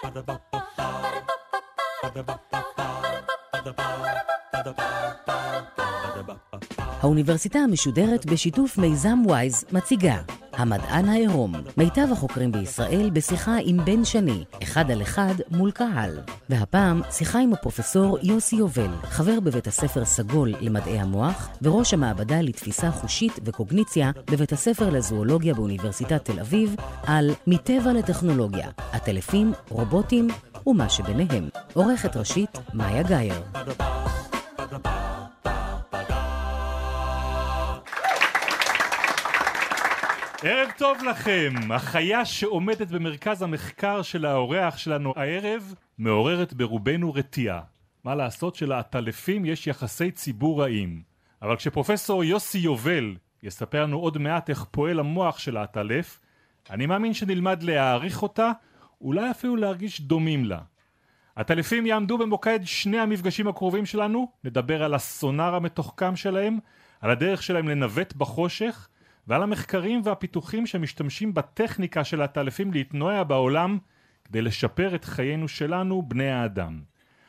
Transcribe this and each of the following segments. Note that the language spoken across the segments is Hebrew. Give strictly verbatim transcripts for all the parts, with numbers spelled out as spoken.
האוניברסיטה המשודרת בשיתוף מיזם וויז מציגה המדען העירום, מיטב החוקרים בישראל בשיחה עם בן שני, אחד על אחד מול קהל. והפעם שיחה עם הפרופסור יוסי יובל, חבר בבית הספר סגול למדעי המוח וראש המעבדה לתפיסה חושית וקוגניציה בבית הספר לזואולוגיה באוניברסיטת תל אביב, על מטבע לטכנולוגיה, עטלפים, רובוטים ומה שביניהם. עורכת ראשית מאיה גייר. ערב טוב לכם. החיה שעומדת במרכז המחקר של האורח שלנו הערב מעוררת ברובנו רתיעה. מה לעשות שלעטלפים יש יחסי ציבור רעים. אבל כשפרופסור יוסי יובל יספר לנו עוד מעט איך פועל המוח של העטלף, אני מאמין שנלמד להעריך אותה, אולי אפילו להרגיש דומים לה. העטלפים יעמדו במוקד שני המפגשים הקרובים שלנו, נדבר על הסונאר המתוחכם שלהם, על הדרך שלהם לנווט בחושך, ועל המחקרים והפיתוחים שמשתמשים בטכניקה של העטלפים להתנועע בעולם כדי לשפר את חיינו שלנו, בני האדם.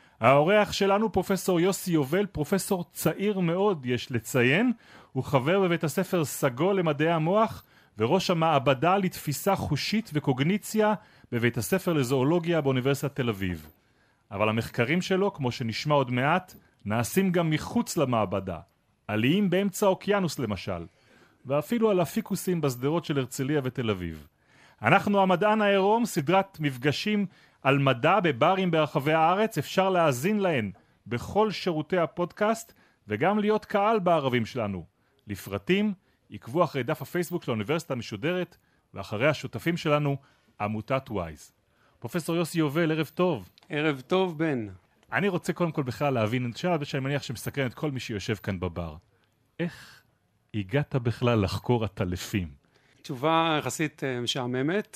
האורח שלנו פרופסור יוסי יובל, פרופסור צעיר מאוד יש לציין, הוא חבר בבית הספר סגול למדעי המוח וראש המעבדה לתפיסה חושית וקוגניציה בבית הספר לזואולוגיה באוניברסיטת תל אביב. אבל המחקרים שלו, כמו שנשמע עוד מעט, נעשים גם מחוץ למעבדה, עליים באמצע האוקיינוס למשל. ואפילו על הפיקוסים בסדרות של הרצליה ותל אביב. אנחנו המדען העירום, סדרת מפגשים על מדע בברים ברחבי הארץ, אפשר להאזין להן בכל שירותי הפודקאסט, וגם להיות קהל בערבים שלנו. לפרטים, עקבו אחרי דף הפייסבוק של האוניברסיטה המשודרת, ואחרי השותפים שלנו, עמותת וויז. פרופסור יוסי יובל, ערב טוב. ערב טוב, בן. אני רוצה קודם כל בכלל להבין, שאלה שאני מניח שמסקרן את כל מי שיושב כאן בבר. איך הגעת בכלל לחקור עטלפים? תשובה יחסית משעממת.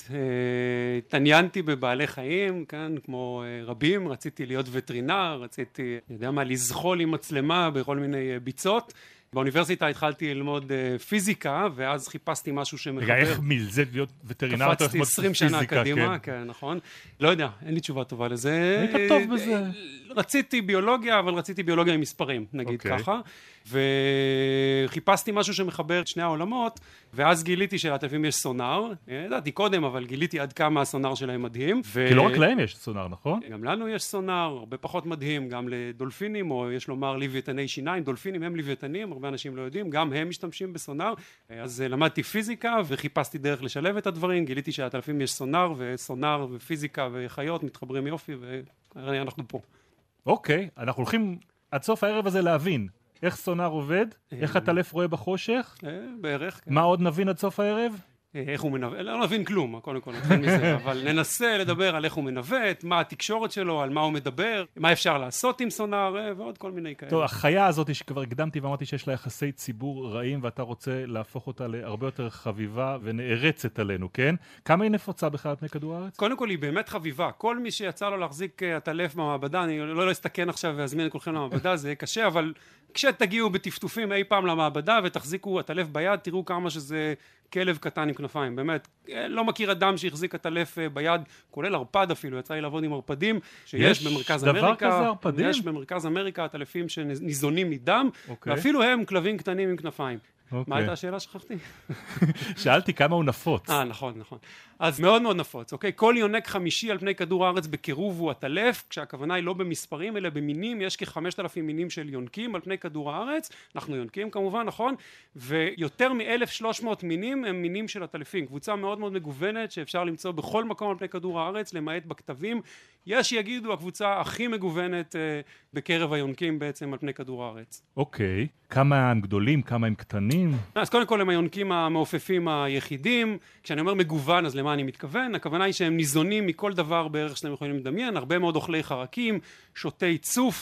התעניינתי בבעלי חיים, כאן כמו רבים, רציתי להיות וטרינר, רציתי, אני יודע מה, לזחול עם מצלמה בכל מיני ביצות. באוניברסיטה התחלתי ללמוד פיזיקה, ואז חיפשתי משהו שמחבר. רגע, איך מלזה להיות וטרינר? קפצתי עשרים שנה קדימה, כן, נכון. לא יודע, אין לי תשובה טובה לזה. היית טוב בזה. רציתי ביולוגיה, אבל רציתי ביולוגיה עם מספרים, נגיד ככה. וחיפשתי משהו שמחבר את שני העולמות, ואז גיליתי שלעטלפים יש סונאר. ידעתי קודם, אבל גיליתי עד כמה הסונאר שלהם מדהים. כי לא רק להם יש סונאר, נכון? גם לנו יש סונאר, הרבה פחות מדהים, גם לדולפינים, או יש לומר לוויתני שיניים. דולפינים הם לוויתנים, הרבה אנשים לא יודעים, גם הם משתמשים בסונאר. אז למדתי פיזיקה וחיפשתי דרך לשלב את הדברים, גיליתי שלעטלפים יש סונאר, וסונאר ופיזיקה וחיות מתחברים יופי, ואנחנו פה. אוקיי, אנחנו הולכים עד סוף הערב הזה להבין איך סונאר עובד, איך עטלף רואה בחושך, בערך. מה עוד נבין עד סוף הערב? איך הוא מנווט, לא נבין כלום, קודם כל נתחיל מזה, אבל ננסה לדבר על איך הוא מנווט, מה התקשורת שלו, על מה הוא מדבר, מה אפשר לעשות עם סונאר, ועוד כל מיני כאלה. טוב, החיה הזאת שכבר הקדמתי ואמרתי שיש לה יחסי ציבור רעים, ואתה רוצה להפוך אותה להרבה יותר חביבה ונערצת עלינו, כן? כמה היא נפוצה בכלל על פני כדור הארץ? קודם כל היא באמת חביבה. כל מי שיצא לו להחזיק עטלף במעבדה, אני לא אסתכן עכשיו ואזמין את כולכם למעבדה, זה קשה, אבל כשתגיעו בטפטופים אי פעם למעבדה ותחזיקו עטלף ביד, תראו כמה שזה כלב קטן עם כנפיים. באמת, לא מכיר אדם שהחזיק עטלף ביד, כולל ערפד אפילו, יצא לי לעבוד עם ערפדים, שיש במרכז אמריקה. יש דבר כזה ערפדים? יש במרכז אמריקה עטלפים שניזונים מדם, ואפילו הם כלבים קטנים עם כנפיים. מה הייתה השאלה שכחתי? שאלתי כמה הוא נפוץ. אה, נכון, נכון. אז מאוד מאוד נפוץ, אוקיי? כל יונק חמישי על פני כדור הארץ בקירוב הוא עטלף, כשהכוונה היא לא במספרים, אלא במינים. יש כ-חמשת אלפים מינים של יונקים על פני כדור הארץ. אנחנו יונקים כמובן, נכון? ויותר מ-אלף ושלוש מאות מינים הם מינים של עטלפים. קבוצה מאוד מאוד מגוונת שאפשר למצוא בכל מקום על פני כדור הארץ, למעט בכתבים. יש יגידו הקבוצה הכי מגוונת אה, בקרב היונקים בעצם על פני כדור הארץ. אוקיי. כמה הם גדולים, כמה הם קטנים? אז קודם כל הם היונקים המעופפים היחידים. כשאני אומר מגוון, אז למה אני מתכוון? הכוונה היא שהם ניזונים מכל דבר בערך שאתם יכולים לדמיין. הרבה מאוד אוכלי חרקים, שוטי צוף,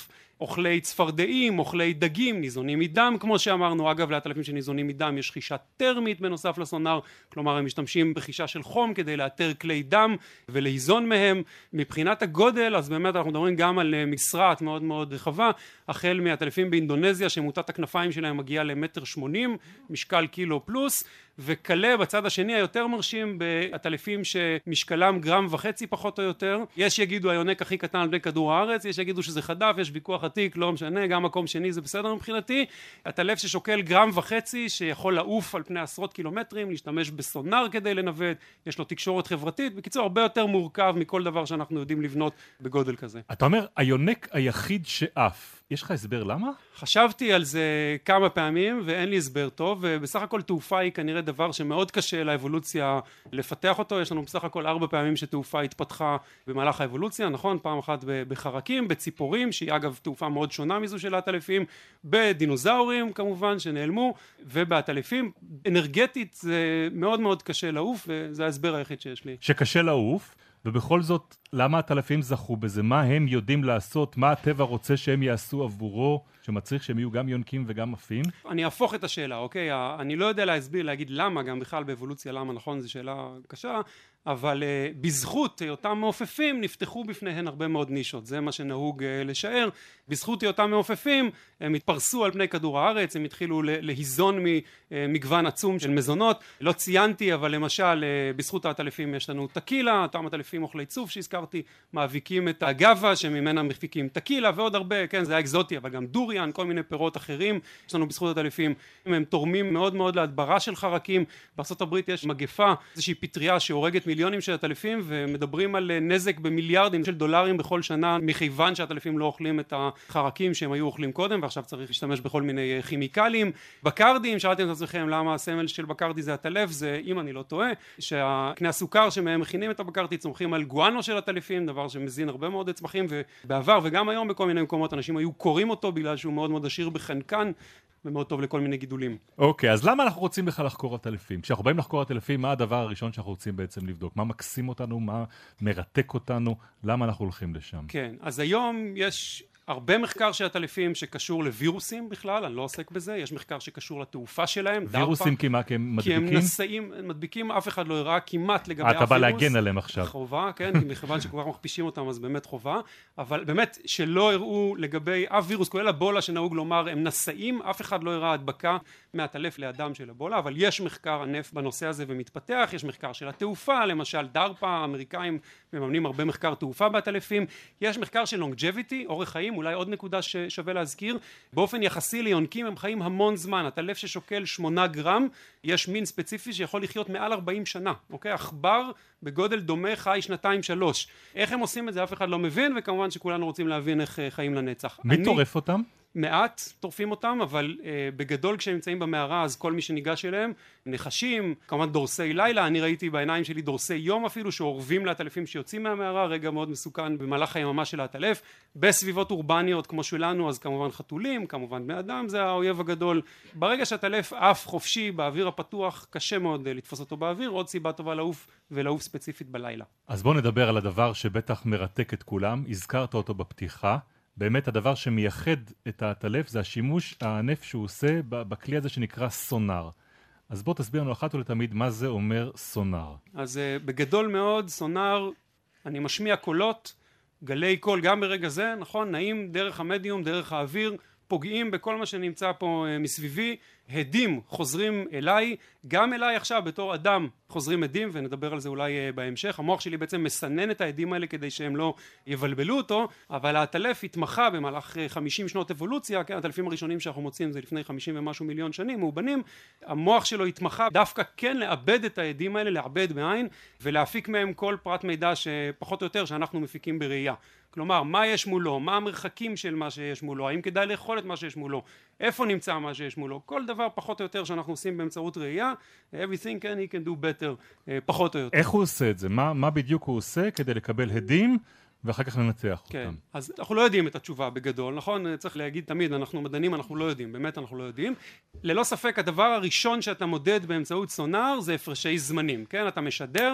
אוכלי צפרדעים, אוכלי דגים, ניזונים מדם כמו שאמרנו. אגב, לעטלפים שניזונים מדם יש חישה טרמית בנוסף לסונאר, כלומר הם משתמשים בחישה של חום כדי לאתר כלי דם ולהיזון מהם. מבחינת הגודל אז באמת אנחנו מדברים גם על משרעת מאוד מאוד רחבה, החל מעטלפים באינדונזיה שמוטת הכנפיים שלהם מגיעה למטר שמונים, משקל קילו פלוס, וכלה בצד השני היותר מרשים בעטלפים שמשקלם גרם וחצי פחות או יותר. יש יגידו היונק הכי קטן על פני כדור הארץ, יש יגידו שזה חדף, יש ויכוח עתיק, לא משנה, גם מקום שני זה בסדר מבחינתי. עטלף ששוקל גרם וחצי שיכול לעוף על פני עשרות קילומטרים, להשתמש בסונאר כדי לנווט, יש לו תקשורת חברתית, בקיצור הרבה יותר מורכב מכל דבר שאנחנו יודעים לבנות בגודל כזה. אתה אומר היונק היחיד שעף, יש לך הסבר למה? חשבתי על זה כמה פעמים ואין לי הסבר טוב, ובסך הכל תעופה היא כנראה דבר שמאוד קשה לאבולוציה לפתח אותו. יש לנו בסך הכל ארבע פעמים שתעופה התפתחה במהלך האבולוציה, נכון? פעם אחת בחרקים, בציפורים, שהיא אגב תעופה מאוד שונה מזו של העטלפים, בדינוזאורים כמובן שנעלמו, ובעטלפים. אנרגטית זה מאוד מאוד קשה לעוף, וזה ההסבר היחיד שיש לי. שקשה לעוף, ובכל זאת, למה העטלפים זכו בזה? מה הם יודעים לעשות? מה הטבע רוצה שהם יעשו עבורו, שמצריך שהם יהיו גם יונקים וגם עפים? אני אהפוך את השאלה, אוקיי? אני לא יודע להסביר, להגיד למה, גם בכלל באבולוציה למה, נכון? זו שאלה קשה, אבל uh, בזכות אותם מעופפים נפתחו בפניהן הרבה מאוד נישות, זה מה שנהוג uh, לשער. בזכות אותם מעופפים הם התפרסו על פני כדור הארץ, הם התחילו להיזון ממגוון עצום של מזונות. לא ציינתי, אבל למשל uh, בזכות העטלפים יש לנו טקילה, אותם עטלפים אוכלי צוף שהזכרתי, מאביקים את הגאווה שממנה מפיקים טקילה ועוד הרבה, כן, זה היה אקזוטי, אבל גם דוריאן, כל מיני פירות אחרים יש לנו בזכות העטלפים. הם תורמים מאוד מאוד להדברה של חרקים. בארצות הברית יש מגפה, איזושהי פטריה שהורגת מיליונים של עטלפים, ומדברים על נזק במיליארדים של דולרים בכל שנה, מכיוון שהעטלפים לא אוכלים את החרקים שהם היו אוכלים קודם, ועכשיו צריך להשתמש בכל מיני כימיקלים. בקרדים, שאלתם את עצמכם למה הסמל של בקרדי זה עטלף, זה, אם אני לא טועה, שהקנה הסוכר שמהם מכינים את הבקרדי צומחים על גואנו של עטלפים, דבר שמזין הרבה מאוד צמחים, ובעבר וגם היום בכל מיני מקומות אנשים היו קוראים אותו בגלל שהוא מאוד מאוד עשיר בחנקן, ומאוד טוב לכל מיני גידולים. אוקיי, אז למה אנחנו רוצים בכלל לחקור עטלפים? כשאנחנו באים לחקור עטלפים, מה הדבר הראשון שאנחנו רוצים בעצם לבדוק? מה מקסים אותנו? מה מרתק אותנו? למה אנחנו הולכים לשם? כן, אז היום יש הרבה מחקר של עטלפים שקשור לווירוסים בכלל, אני לא עוסק בזה, יש מחקר שקשור לתעופה שלהם. וירוסים כי מה? כי הם מדביקים? כי הם נשאים, מדביקים, אף אחד לא הראה כמעט לגבי אף וירוס. אתה בא להגן עליהם עכשיו. חובה, כן, מכיוון שכבר מכפישים אותם אז באמת חובה, אבל באמת שלא הראו לגבי אף וירוס, כולל אבולה שנהוג לומר, הם נשאים, אף אחד לא הראה הדבקה מעטלף לאדם של אבולה, אבל יש מחקר ענף בנושא הזה ומתפתח, יש מחקר של התעופה, למשל דארפה, האמריקאים מממנים הרבה מחקר תעופה בעטלפים, יש מחקר של longevity, אורך חיים, אולי עוד נקודה ששווה להזכיר, באופן יחסי ליונקים הם חיים המון זמן, עטלף ששוקל שמונה גרם, יש מין ספציפי שיכול לחיות מעל ארבעים שנה, אוקיי? עכבר בגודל דומה חי שנתיים שלוש. איך הם עושים את זה אף אחד לא מבין, וכמובן שכולנו רוצים להבין איך חיים לנצח. מי אני... טורף אותם? מעט טורפים אותם, אבל uh, בגדול כשהם נמצאים במערה אז כל מי שניגש אליהם, נחשים, כמובן דורסי לילה, אני ראיתי בעיניים שלי דורסי יום אפילו שעורבים לעטלפים שיוצאים מהמערה, רגע מאוד מסוכן במהלך היממה של העטלף. בסביבות אורבניות כמו שלנו אז כמובן חתולים, כמובן בני אדם, זה האויב הגדול. ברגע שהעטלף עף חופשי באוויר הפתוח, קשה מאוד לתפוס אותו באוויר, עוד סיבה טובה לעוף ולעוף ספציפית בלילה. אז בוא נדבר על הדבר שבטח מרתק את כולם, הזכרת אותו בפתיחה. באמת הדבר שמייחד את העטלף זה השימוש הענף שהוא עושה בכלי הזה שנקרא סונאר. אז בוא תסביר לנו אחת ולתמיד מה זה אומר סונאר. אז uh, בגדול מאוד סונאר, אני משמיע קולות, גלי קול גם ברגע זה, נכון? נעים דרך המדיום, דרך האוויר, פוגעים בכל מה שנמצא פה uh, מסביבי, הדים חוזרים אליי, גם אליי עכשיו בתור אדם חוזרים הדים, ונדבר על זה אולי uh, בהמשך. המוח שלי בעצם מסנן את ההדים האלה כדי שהם לא יבלבלו אותו, אבל העטלף התמחה במהלך uh, חמישים שנות אבולוציה, כן, העטלפים הראשונים שאנחנו מוצאים זה לפני חמישים ומשהו מיליון שנים, מאובנים, המוח שלו התמחה דווקא כן לאבד את ההדים האלה, לאבד בעין, ולהפיק מהם כל פרט מידע שפחות או יותר שאנחנו מפיקים בראייה. כלומר, מה יש מולו, מה המרחקים של מה שיש מולו, האם כדאי לאכול את מה שיש מולו, איפה נמצא מה שיש מולו, כל דבר פחות או יותר שאנחנו עושים באמצעות ראייה, everything can he can do better, פחות או יותר. איך הוא עושה את זה? מה, מה בדיוק הוא עושה כדי לקבל הדים ואחר כך לנצח כן. אותם? אז אנחנו לא יודעים את התשובה בגדול, נכון? צריך להגיד תמיד, אנחנו מדענים, אנחנו לא יודעים, באמת אנחנו לא יודעים. ללא ספק, הדבר הראשון שאתה מודד באמצעות סונאר זה הפרשי זמנים, כן? אתה משדר,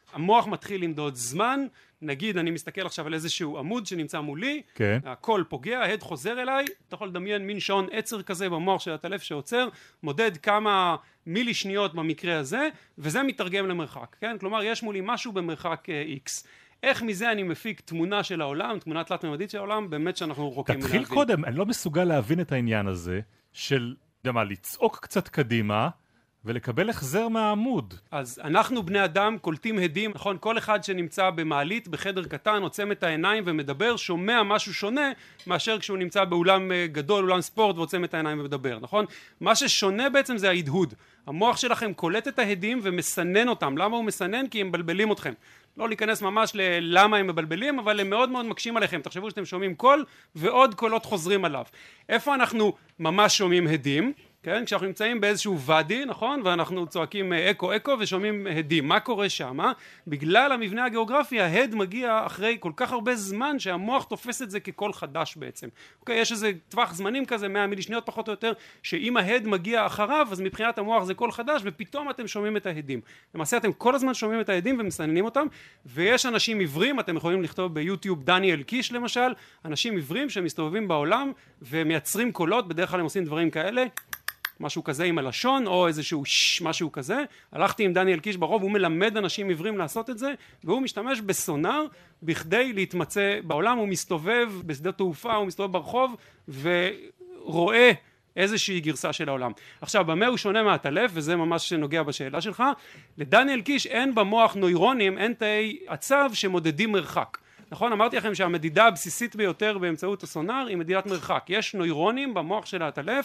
המוח מתחיל למדוד זמן, נגיד אני מסתכל עכשיו על איזשהו עמוד שנמצא מולי, כן. הכל פוגע, ההד חוזר אליי, אתה יכול לדמיין מין שעון עצר כזה במוח של הטלף שעוצר, מודד כמה מילי שניות במקרה הזה, וזה מתרגם למרחק, כן? כלומר יש מולי משהו במרחק X. איך מזה אני מפיק תמונה של העולם, תמונה תלת-ממדית של העולם, באמת שאנחנו רוקעים להבין. תתחיל קודם, אני לא מסוגל להבין את העניין הזה, של, יודע מה, לצעוק קצת קדימה, ולקבל החזר מהעמוד. אז אנחנו בני אדם קולטים הדים, נכון? כל אחד שנמצא במעלית, בחדר קטן, עוצם את העיניים ומדבר, שומע משהו שונה מאשר כשהוא נמצא באולם גדול, אולם ספורט, ועוצם את העיניים ומדבר, נכון? מה ששונה בעצם זה ההדהוד. המוח שלכם קולט את ההדים ומסנן אותם. למה הוא מסנן? כי הם מבלבלים אתכם. לא להיכנס ממש ללמה הם מבלבלים, אבל הם מאוד מאוד מקשים עליכם. תחשבו שאתם שומעים קול ועוד קולות חוזרים עליו. איפה אנחנו ממש שומעים הדים? כן? כשאנחנו נמצאים באיזשהו ואדי, נכון? ואנחנו צועקים אקו אקו ושומעים הדים. מה קורה שם? בגלל המבנה הגיאוגרפי, ההד מגיע אחרי כל כך הרבה זמן שהמוח תופס את זה כקול חדש בעצם. אוקיי, יש איזה טווח זמנים כזה, מאה מילי שניות פחות או יותר, שאם ההד מגיע אחריו, אז מבחינת המוח זה קול חדש, ופתאום אתם שומעים את ההדים. למעשה אתם כל הזמן שומעים את ההדים ומסננים אותם, ויש אנשים עיוורים, אתם יכולים לכתוב ביוטיוב דניאל קיש למשל, אנשים עיוורים שמסתובבים בעולם ומייצרים קולות, בדרך כלל הם עושים דברים כאלה, משהו כזה עם הלשון, או איזשהו ש... משהו כזה. הלכתי עם דניאל קיש ברוב, הוא מלמד אנשים עיוורים לעשות את זה, והוא משתמש בסונאר בכדי להתמצא בעולם, הוא מסתובב בשדה תעופה, הוא מסתובב ברחוב, ורואה איזושהי גרסה של העולם. עכשיו, במה הוא שונה מהטלף, וזה ממש נוגע בשאלה שלך, לדניאל קיש אין במוח נוירונים, אין תאי עצב שמודדים מרחק. נכון? אמרתי לכם שהמדידה הבסיסית ביותר באמצעות הסונאר היא מדידת מרחק. יש נוירונים במוח של הטלף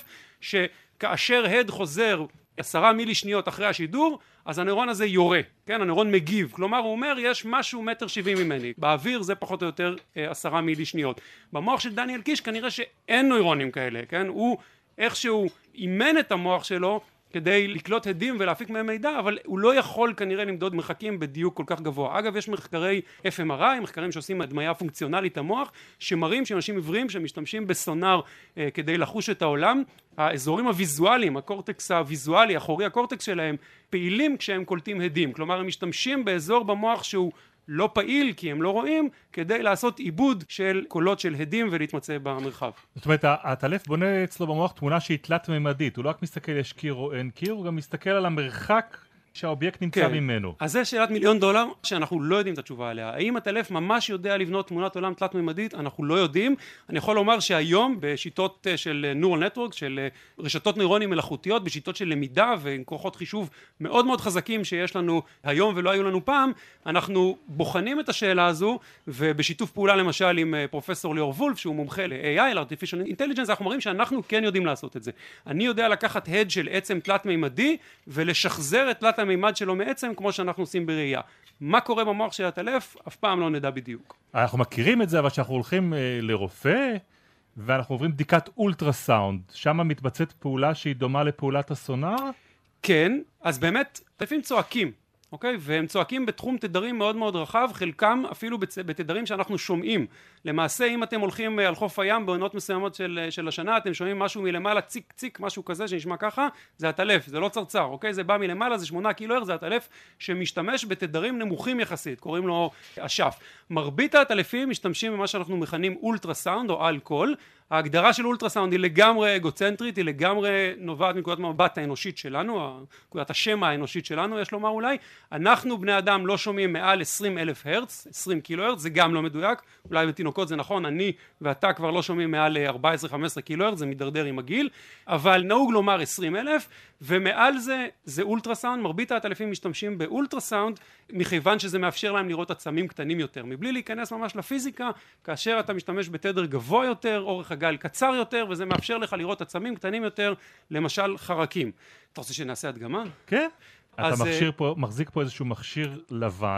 שכאשר הד חוזר עשרה מילי שניות אחרי השידור, אז הנוירון הזה יורה, כן? הנוירון מגיב. כלומר, הוא אומר, יש משהו מטר שבעים ממני. באוויר זה פחות או יותר עשרה מילי שניות. במוח של דניאל קיש כנראה שאין נוירונים כאלה, כן? הוא איכשהו אימן את המוח שלו כדי לקלוט הדים ולהפיק מהם מידע, אבל הוא לא יכול כנראה למדוד מרחקים בדיוק כל כך גבוה. אגב, יש מחקרי אף אם אר איי, מחקרים שעושים הדמיה פונקציונלית המוח, שמראים שאנשים עיוורים שמשתמשים בסונאר אה, כדי לחוש את העולם, האזורים הוויזואליים, הקורטקס הוויזואלי, אחורי הקורטקס שלהם, פעילים כשהם קולטים הדים. כלומר, הם משתמשים באזור במוח שהוא לא פעיל, כי הם לא רואים, כדי לעשות עיבוד של קולות של הדים ולהתמצא במרחב. זאת אומרת, הטלף בונה אצלו במוח תמונה שהיא תלת-ממדית. הוא לא רק מסתכל יש קיר או אין קיר, הוא גם מסתכל על המרחק שהאובייקט נמצא כן. ממנו. אז זה שאלת מיליון דולר שאנחנו לא יודעים את התשובה עליה. האם הטלף ממש יודע לבנות תמונת עולם תלת-ממדית? אנחנו לא יודעים. אני יכול לומר שהיום בשיטות של neural network, של רשתות נוירונים מלאכותיות, בשיטות של למידה ועם כוחות חישוב מאוד מאוד חזקים שיש לנו היום ולא היו לנו פעם, אנחנו בוחנים את השאלה הזו, ובשיתוף פעולה למשל עם פרופסור ליאור וולף, שהוא מומחה ל-איי איי, ל-Artificial Intelligence, אנחנו מראים שאנחנו כן יודעים לעשות את זה. אני יודע לקחת הד של עצם תלת-ממדי ולשחזר את תלת המימד שלו מעצם כמו שאנחנו עושים בראייה. מה קורה במוח של הטלף? אף פעם לא נדע בדיוק. אנחנו מכירים את זה, אבל שאנחנו הולכים אה, לרופא, ואנחנו עוברים בדיקת אולטרסאונד, שם מתבצעת פעולה שהיא דומה לפעולת הסונאר? כן, אז באמת, טלפים צועקים, אוקיי? והם צועקים בתחום תדרים מאוד מאוד רחב, חלקם אפילו בתדרים שאנחנו שומעים. למעשה, אם אתם הולכים על חוף הים בעונות מסוימות של, של השנה, אתם שומעים משהו מלמעלה, ציק ציק, משהו כזה שנשמע ככה, זה הטלף, זה לא צרצר, אוקיי? זה בא מלמעלה, זה שמונה קילו הרץ, זה הטלף שמשתמש בתדרים נמוכים יחסית, קוראים לו אשף. מרבית הטלפים משתמשים במה שאנחנו מכנים אולטרסאונד או אלקול. ההגדרה של אולטרסאונד היא לגמרי אגוצנטרית, היא לגמרי נובעת מנקודת המבט האנושית שלנו, נקודת השם האנושית שלנו, יש לומר אולי. אנחנו בני אדם לא שומעים מעל עשרים אלף הרץ, עשרים קילו הרץ, זה גם לא מדויק, אולי בתינוקות זה נכון, אני ואתה כבר לא שומעים מעל ארבע עשרה חמש עשרה קילו הרץ, זה מדרדר עם הגיל, אבל נהוג לומר עשרים אלף, ומעל זה זה אולטרסאונד. מרבית הטלפים משתמשים באולטרסאונד, מכיוון שזה מאפשר להם לראות עצמים קטנים יותר, מבלי להיכנס ממש לפיזיקה, כאשר אתה משתמש בתדר גבוה יותר, אורך הגל קצר יותר, וזה מאפשר לך לראות עצמים קטנים יותר, למשל חרקים. אתה רוצה שנעשה הדגמה? כן. אתה מכשיר פה, מחזיק פה איזשהו מכשיר לבן,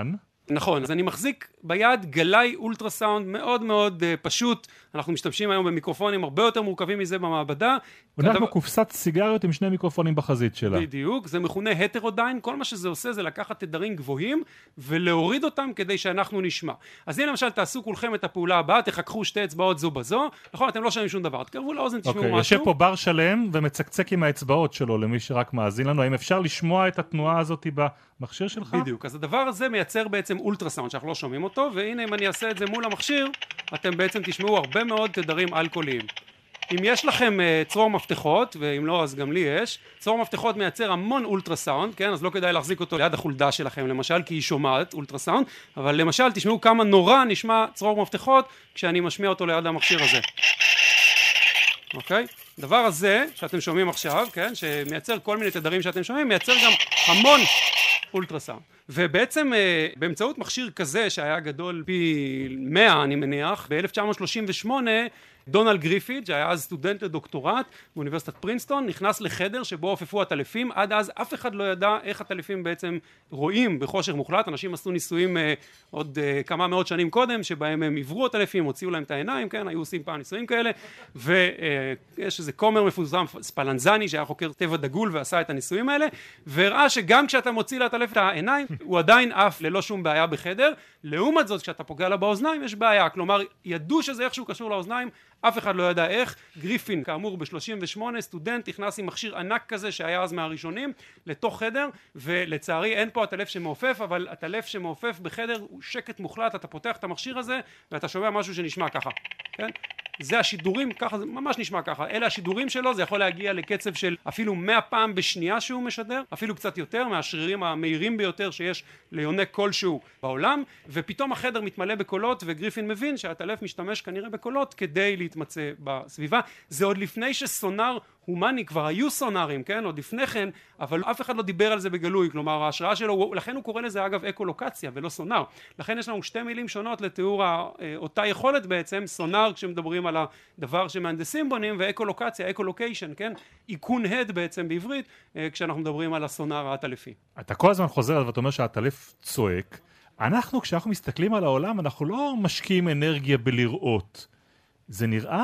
נכון, אז אני מחזיק ביד גלאי אולטרסאונד מאוד מאוד uh, פשוט, אנחנו משתמשים היום במיקרופונים הרבה יותר מורכבים מזה במעבדה. אנחנו כדבר... קופסת סיגריות עם שני מיקרופונים בחזית שלה. בדיוק, זה מכונה הטרודיין, כל מה שזה עושה זה לקחת תדרים גבוהים ולהוריד אותם כדי שאנחנו נשמע. אז הנה למשל תעשו כולכם את הפעולה הבאה, תחככו שתי אצבעות זו בזו, נכון, אתם לא שומעים שום דבר, תקרבו לאוזן, תשמעו okay, משהו. יושב פה בר שלם ומצקצק עם האצבעות שלו למי שרק מאזין לנו, האם אפשר לשמוע את התנועה הזאת במכשיר שלך? בדיוק, אז הדבר הזה מייצר בעצם אולטרסאונד שאנחנו לא שומעים אותו, והנה אם אני אעשה את זה מול המכשיר, אתם בעצם תשמעו הרבה מאוד תדרים אלכוהוליים. אם יש לכם uh, צרור מפתחות, ואם לא אז גם לי יש, צרור מפתחות מייצר המון אולטרסאונד, כן? אז לא כדאי להחזיק אותו ליד החולדה שלכם למשל, כי היא שומעת אולטרסאונד, אבל למשל תשמעו כמה נורא נשמע צרור מפתחות כשאני משמיע אותו ליד המכשיר הזה. אוקיי? דבר הזה שאתם שומעים עכשיו, כן? שמייצר כל מיני תדרים שאתם שומעים, מייצר גם המון אולטרסאונד. ובעצם באמצעות מכשיר כזה שהיה גדול פי מאה אני מניח, ב-אלף תשע מאות שלושים ושמונה דונלד גריפית' שהיה אז סטודנט לדוקטורט באוניברסיטת פרינסטון נכנס לחדר שבו עופפו הטלפים. עד אז אף אחד לא ידע איך הטלפים בעצם רואים בחושך מוחלט. אנשים עשו ניסויים אה, עוד אה, כמה מאות שנים קודם שבהם הם עברו הטלפים, הוציאו להם את העיניים, כן, היו עושים פעם ניסויים כאלה, ויש אה, איזה כומר מפורסם ספלנזני שהיה חוקר טבע דגול ועשה את הניסויים האלה, והראה שגם כשאתה מוציא לטלף את העיניים הוא עדיין אף ללא שום בעיה בחדר. לעומת זאת כשאתה פוגע לה באוזניים יש בעיה, כלומר ידעו שזה איכשהו קשור לאוזניים, אף אחד לא ידע איך. גריפין כאמור ב-שלושים ושמונה סטודנט נכנס עם מכשיר ענק כזה שהיה אז מהראשונים לתוך חדר, ולצערי אין פה הטלף שמעופף, אבל הטלף שמעופף בחדר הוא שקט מוחלט. אתה פותח את המכשיר הזה ואתה שומע משהו שנשמע ככה, כן? זה השידורים, ככה זה ממש נשמע ככה, אלה השידורים שלו, זה יכול להגיע לקצב של אפילו מאה פעם בשנייה שהוא משדר, אפילו קצת יותר מהשרירים המהירים ביותר שיש ליונק כלשהו בעולם, ופתאום החדר מתמלא בקולות וגריפין מבין שהטלף משתמש כנראה בקולות כדי להתמצא בסביבה. זה עוד לפני שסונאר הומני, כבר היו סונארים, כן, עוד לפני כן, אבל אף אחד לא דיבר על זה בגלוי, כלומר ההשראה שלו, לכן הוא קורא לזה אגב אקולוקציה ולא סונאר. לכן יש לנו שתי מילים שונות לתיאור אותה יכולת בעצם, סונאר כשמדברים על הדבר שמהנדסים בונים, ואקולוקציה, אקולוקיישן, כן, איכון הד בעצם בעברית, כשאנחנו מדברים על הסונאר הטלפי. אתה כל הזמן חוזר ואתה אומר שהטלף צועק. אנחנו כשאנחנו מסתכלים על העולם אנחנו לא משקיעים אנרגיה בלראות. זה נראה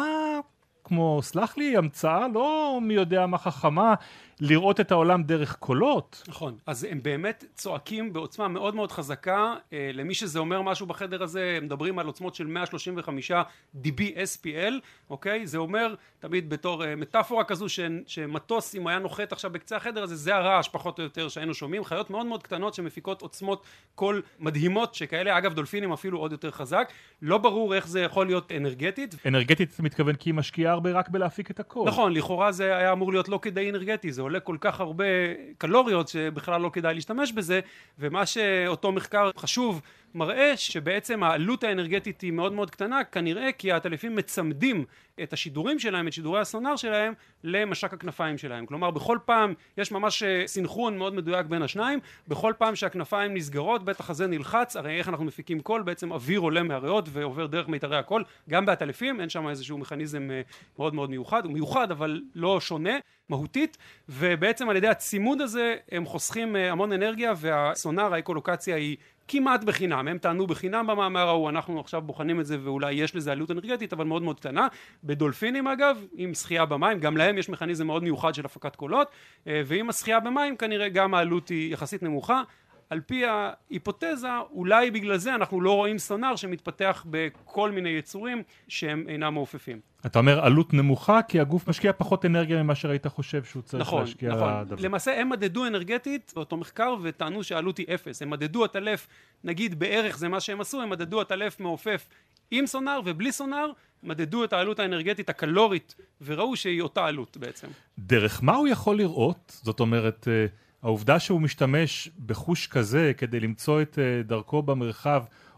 כמו, סלח לי, המצאה לא מי יודע מה חכמה, לראות את העולם דרך קולות. נכון, אז הם באמת צועקים בעוצמה מאוד מאוד חזקה. אה, למי שזה אומר משהו בחדר הזה, הם מדברים על עוצמות של מאה שלושים וחמישה די בי אס פי אל, אוקיי? זה אומר תמיד בתור אה, מטאפורה כזו ש, שמטוס, אם הוא היה נוחת עכשיו בקצה החדר הזה, זה הרעש פחות או יותר שהיינו שומעים. חיות מאוד מאוד קטנות שמפיקות עוצמות קול מדהימות שכאלה, אגב דולפינים אפילו עוד יותר חזק. לא ברור איך זה יכול להיות אנרגטית. אנרגטית אתה מתכוון כי היא משקיעה הרבה רק בלהפיק את הקול. נכון, לכאורה זה היה אמור להיות לא כדאי אנרגטי, זה עולה כל כך הרבה קלוריות שבכלל לא כדאי להשתמש בזה, ומה שאותו מחקר חשוב מראה שבעצם העלות האנרגטית היא מאוד מאוד קטנה, כנראה כי הטלפים מצמדים את השידורים שלהם, את שידורי הסונאר שלהם, למשק הכנפיים שלהם. כלומר, בכל פעם יש ממש סינכרון מאוד מדויק בין השניים, בכל פעם שהכנפיים נסגרות, בטח הזה נלחץ, הרי איך אנחנו מפיקים קול, בעצם אוויר עולה מהריאות ועובר דרך מיתרי הקול, גם בהטלפים, אין שם איזשהו מכניזם מאוד מאוד מיוחד, הוא מיוחד אבל לא שונה, מהותית, ובעצם על ידי הצימוד הזה הם חוסכים המון אנרגיה, והסונאר, האקולוקציה היא כמעט בחינם. הם טענו בחינם במאמר ההוא, אנחנו עכשיו בוחנים את זה ואולי יש לזה עלות אנרגטית אבל מאוד מאוד קטנה. בדולפינים אגב, עם שחייה במים, גם להם יש מכניזם מאוד מיוחד של הפקת קולות, ועם השחייה במים כנראה גם העלות היא יחסית נמוכה. על פי ההיפותזה, אולי בגלל זה אנחנו לא רואים סונאר שמתפתח בכל מיני יצורים שהם אינם מעופפים. אתה אומר עלות נמוכה כי הגוף משקיע פחות אנרגיה ממה שראית חושב שהוא צריך נכון, להשקיע. נכון, נכון. למעשה הם מדדו אנרגטית באותו מחקר וטענו שהעלות היא אפס. הם מדדו הטלף, נגיד בערך זה מה שהם עשו, הם מדדו הטלף מעופף עם סונאר ובלי סונאר, מדדו את העלות האנרגטית הקלורית וראו שהיא אותה עלות בעצם. דרך מה הוא יכול לראות? זאת אומרת, העובדה שהוא משתמש בחוש כזה כדי למצוא את דרכו במרחב,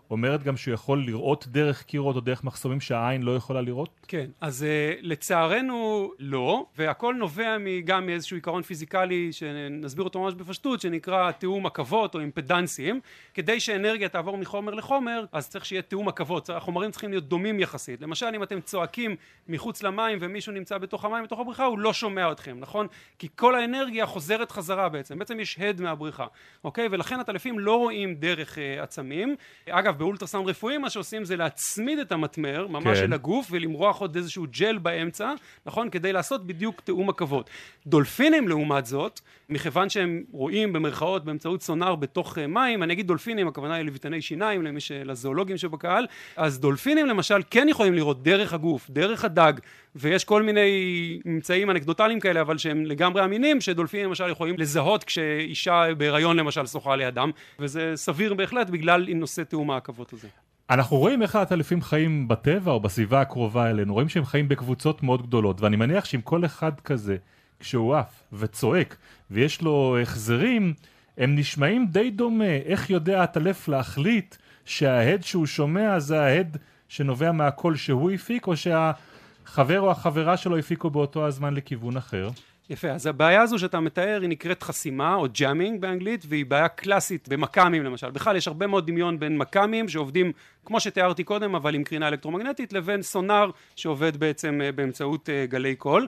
אומרת גם שהוא יכול לראות דרך קירות או דרך מחסומים שהעין לא יכולה לראות? כן, אז uh, לצערנו לא, והכל נובע גם מאיזשהו עיקרון פיזיקלי שנסביר אותו ממש בפשטות, שנקרא תיאום עקבות או אימפדנסים. כדי שאנרגיה תעבור מחומר לחומר, אז צריך שיהיה תיאום עקבות, החומרים צריכים להיות דומים יחסית. למשל, אם אתם צועקים מחוץ למים ומישהו נמצא בתוך המים, בתוך הבריכה, הוא לא שומע אתכם, נכון? כי כל האנרגיה חוזרת חזרה בעצם, בעצם יש הד מהבריכה, אוקיי? ולכן הטלפים לא רואים דרך uh, עצמים. אגב, באולטרסאונד רפואי מה שעושים זה להצמיד את המטמר, ממש אל הגוף, ולמרוח עוד איזשהו ג'ל באמצע, נכון? כדי לעשות בדיוק תיאום עקבות. דולפינים לעומת זאת, מכיוון שהם רואים במרכאות באמצעות סונאר בתוך מים, אני אגיד דולפינים, הכוונה היא לוויתני שיניים, למי לזואולוגים שבקהל, אז דולפינים למשל כן יכולים לראות דרך הגוף, דרך הדג, ויש כל מיני ממצאים אנקדוטליים כאלה, אבל שהם לגמרי אמינים, שדולפינים למשל יכולים לזהות כשאישה בהיריון למשל שוחה לידם, וזה סביר בהחלט בגלל נושא תיאום העקבות הזה. אנחנו רואים איך העטלפים חיים בטבע או בסביבה הקרובה אלינו, רואים שהם חיים בקבוצות מאוד גדולות, ואני מניח שאם כל אחד כזה, כשהוא עף וצועק ויש לו החזרים, הם נשמעים די דומה. איך יודע העטלף להחליט שההד שהוא שומע זה ההד שנובע מהקול שהוא הפיק, או שהחבר או החברה שלו הפיקו באותו הזמן לכיוון אחר? יפה, אז הבעיה הזו שאתה מתאר היא נקראת חסימה או ג'אמינג באנגלית, והיא בעיה קלאסית במקאמים למשל. בכלל יש הרבה מאוד דמיון בין מקאמים שעובדים כמו שתיארתי קודם, אבל עם קרינה אלקטרומגנטית, לבין סונאר שעובד בעצם באמצעות גלי קול.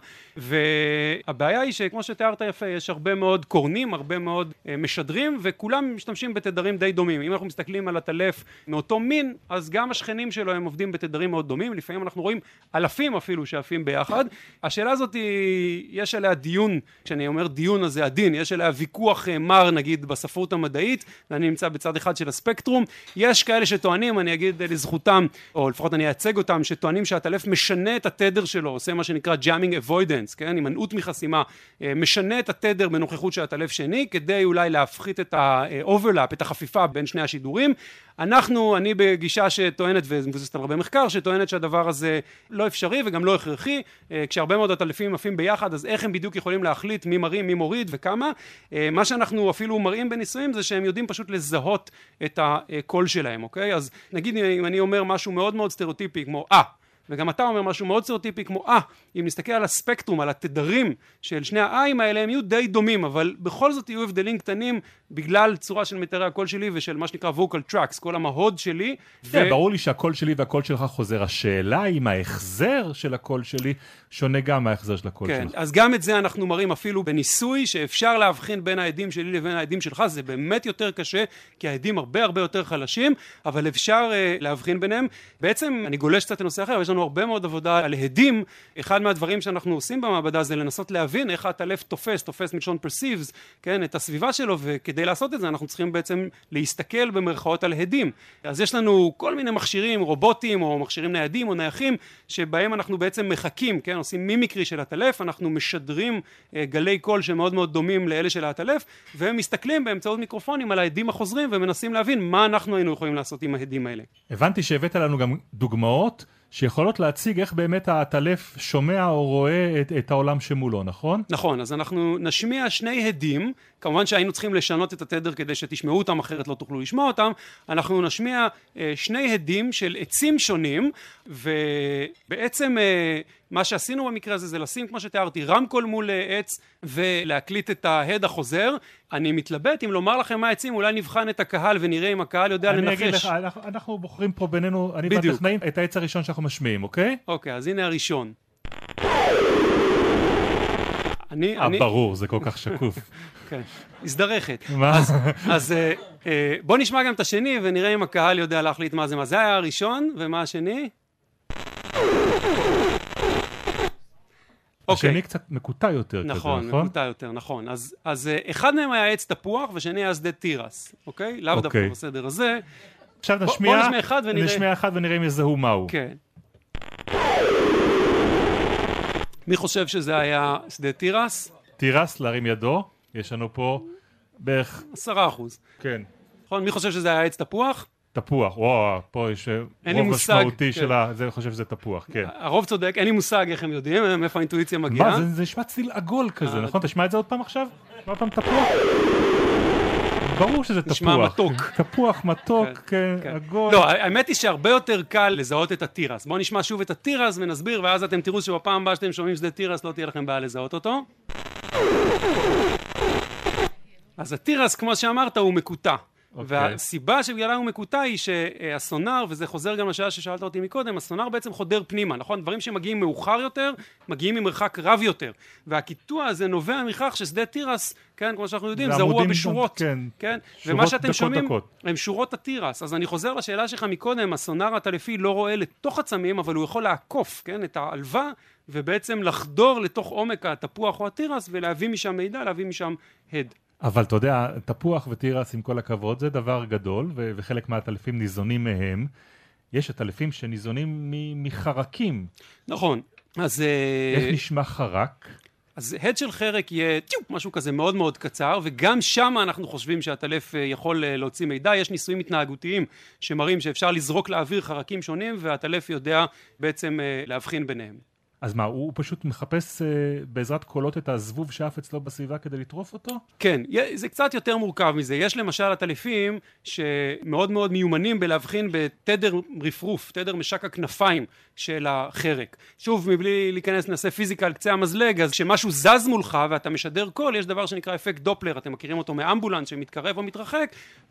והבעיה היא שכמו שתיארת יפה, יש הרבה מאוד קורנים, הרבה מאוד משדרים, וכולם משתמשים בתדרים די דומים. אם אנחנו מסתכלים על הטלף מאותו מין, אז גם השכנים שלו הם עובדים בתדרים מאוד דומים. לפעמים אנחנו רואים אלפים אפילו שעפים ביחד. השאלה הזאת היא, יש עליה דיון, כשאני אומר דיון אז זה הדין, יש עליה ויכוח מר נגיד בספרות המדעית, ואני נמצא בצד אחד של הספקטרום. יש כאלה שטוענים, אני אגיד לזכותם, או לפחות אני אייצג אותם, שטוענים שהטלף משנה את התדר שלו, עושה מה שנקרא jamming avoidance, כן? הימנעות מחסימה, משנה את התדר בנוכחות של הטלף שני, כדי אולי להפחית את ה-overlap, את החפיפה בין שני השידורים. אנחנו, אני בגישה שטוענת, ומבוססת על הרבה מחקר, שטוענת שהדבר הזה לא אפשרי וגם לא הכרחי, כשהרבה מאוד הטלפים עפים ביחד, אז איך הם בדיוק יכולים להחליט מי מרים, מי מוריד וכמה. מה שאנחנו אפילו מראים בניסויים זה שהם יודעים פשוט לזהות את הקול שלהם, אוקיי? אז נגיד אם אני אומר משהו מאוד מאוד סטריאוטיפי כמו אה, וגם אתה אומר משהו מאוד סטריאוטיפי כמו אה, אם נסתכל על הספקטרום, על התדרים של שני האיים האלה, הם יהיו די דומים, אבל בכל זאת יהיו הבדלים קטנים בגלל צורה של מיתרי הקול שלי ושל מה שנקרא vocal tracks, כל המהוד שלי. כן, ו... ברור לי שהקול שלי והקול שלך חוזר. השאלה אם ההחזר של הקול שלי שונה גם מההחזר של הקול כן, שלך. אז גם את זה אנחנו מראים אפילו בניסוי, שאפשר להבחין בין העדים שלי לבין העדים שלך. זה באמת יותר קשה, כי העדים הרבה הרבה יותר חלשים, אבל אפשר uh, להבחין ביניהם. בעצם, אני גולש קצת לנושא אחר, יש לנו הרבה מאוד עבודה על העדים. אחד מהדברים שאנחנו עושים במעבדה זה לנסות להבין איך הטלף תופס, תופס מלשון perceives, כן, את הסביבה שלו, וכדי לעשות את זה אנחנו צריכים בעצם להסתכל במרכאות על העדים. אז יש לנו כל מיני מכשירים, רובוטים או מכשירים ניידים או נייחים, שבהם אנחנו בעצם מחכים, כן, עושים מימיקרי של הטלף, אנחנו משדרים uh, גלי קול שמאוד מאוד דומים לאלה של הטלף, והם מסתכלים באמצעות מיקרופונים על העדים החוזרים ומנסים להבין מה אנחנו היינו יכולים לעשות עם העדים האלה. הבנתי שהבאת לנו גם דוגמאות שיכולות להציג איך באמת הטלף שומע או רואה את, את העולם שמולו, נכון? נכון, אז אנחנו נשמיע שני הדים, כמובן שהיינו צריכים לשנות את התדר כדי שתשמעו אותם, אחרת לא תוכלו לשמוע אותם. אנחנו נשמיע אה, שני הדים של עצים שונים, ובעצם אה, מה שעשינו במקרה הזה זה לשים, כמו שתיארתי, רמקול מול עץ ולהקליט את ההד החוזר. אני מתלבט אם לומר לכם מה העצים, אולי נבחן את הקהל ונראה אם הקהל יודע אני לנחש. אגיד לך, אנחנו, אנחנו בוחרים פה בינינו, אני בדיוק. והטכנאים, את העץ הראשון שאנחנו משמיעים, אוקיי? אוקיי, אז הנה הראשון. אני, אה, אני... ברור, זה כל כך שקוף. כן, הזדרכת. מה? אז, אז אה, אה, בוא נשמע גם את השני ונראה אם הקהל יודע להחליט מה זה. מה זה היה הראשון ומה השני? השני קצת מקוטע יותר. נכון, כזה, נכון? מקוטע יותר, נכון. אז, אז אחד מהם היה עץ תפוח ושני היה שדה תירס, אוקיי? לאו דווקא אוקיי. בסדר הזה. עכשיו בוא, נשמיע, בוא נשמיע אחד ונראה. נשמיע אחד ונראה אם יזהו מהו. כן. מי חושב שזה היה שדה תירס? תירס, להרים ידו. יש לנו פה בערך... עשרה אחוז. כן. נכון, מי חושב שזה היה עץ תפוח? תפוח, וואו, פה יש רוב משמעותי שלה, זה חושב שזה תפוח, כן. הרוב צודק, אין לי מושג איך הם יודעים, מאיפה האינטואיציה מגיעה. מה, זה נשמע ציל עגול כזה, נכון? תשמע את זה עוד פעם עכשיו? עוד פעם תפוח? ברור שזה תפוח. נשמע מתוק. תפוח, מתוק, כן, כן. עגול. לא, האמת היא שהרבה יותר קל לזהות את התירס. בואו נשמע שוב את התירס ונסביר, ואז אתם תראו שבפעם הבאה שאתם שומעים שזה תירס, לא תהיה לכם בעיה לזהות אותו. אז התירס, כמו שאמרת, הוא מקוטע. Okay. והסיבה שבגללה הוא מקוטע היא שהסונאר, וזה חוזר גם לשאלה ששאלת אותי מקודם, הסונאר בעצם חודר פנימה, נכון? דברים שמגיעים מאוחר יותר, מגיעים ממרחק רב יותר. והקיטוע הזה נובע מכך ששדה תירס, כן, כמו שאנחנו יודעים, זרוע בשורות. כן, כן? שורות ומה שאתם שומעים, דקות. הם שורות התירס. אז אני חוזר לשאלה שלך מקודם, הסונאר הטלפי לא רואה לתוך עצמים, אבל הוא יכול לעקוף, כן, את העלווה, ובעצם לחדור לתוך עומק התפוח או התירס, ולהביא משם מידע, להביא משם הד. אבל אתה יודע, תפוח ותירס עם כל הכבוד זה דבר גדול, ו- וחלק מהטלפים ניזונים מהם. יש הטלפים שניזונים מ- מחרקים. נכון. אז... איך נשמע חרק? אז הד של חרק יהיה טיופ, משהו כזה מאוד מאוד קצר, וגם שם אנחנו חושבים שהטלף יכול להוציא מידע. יש ניסויים התנהגותיים שמראים שאפשר לזרוק לאוויר חרקים שונים, והטלף יודע בעצם להבחין ביניהם. אז מה, הוא פשוט מחפש אה, בעזרת קולות את הזבוב שאף אצלו בסביבה כדי לטרוף אותו? כן, זה קצת יותר מורכב מזה. יש למשל הטלפים שמאוד מאוד מיומנים בלהבחין בתדר רפרוף, תדר משק הכנפיים של החרק. שוב, מבלי להיכנס נעשה פיזיקה על קצה המזלג, אז כשמשהו זז מולך ואתה משדר קול, יש דבר שנקרא אפקט דופלר, אתם מכירים אותו מאמבולנס שמתקרב או מתרחק,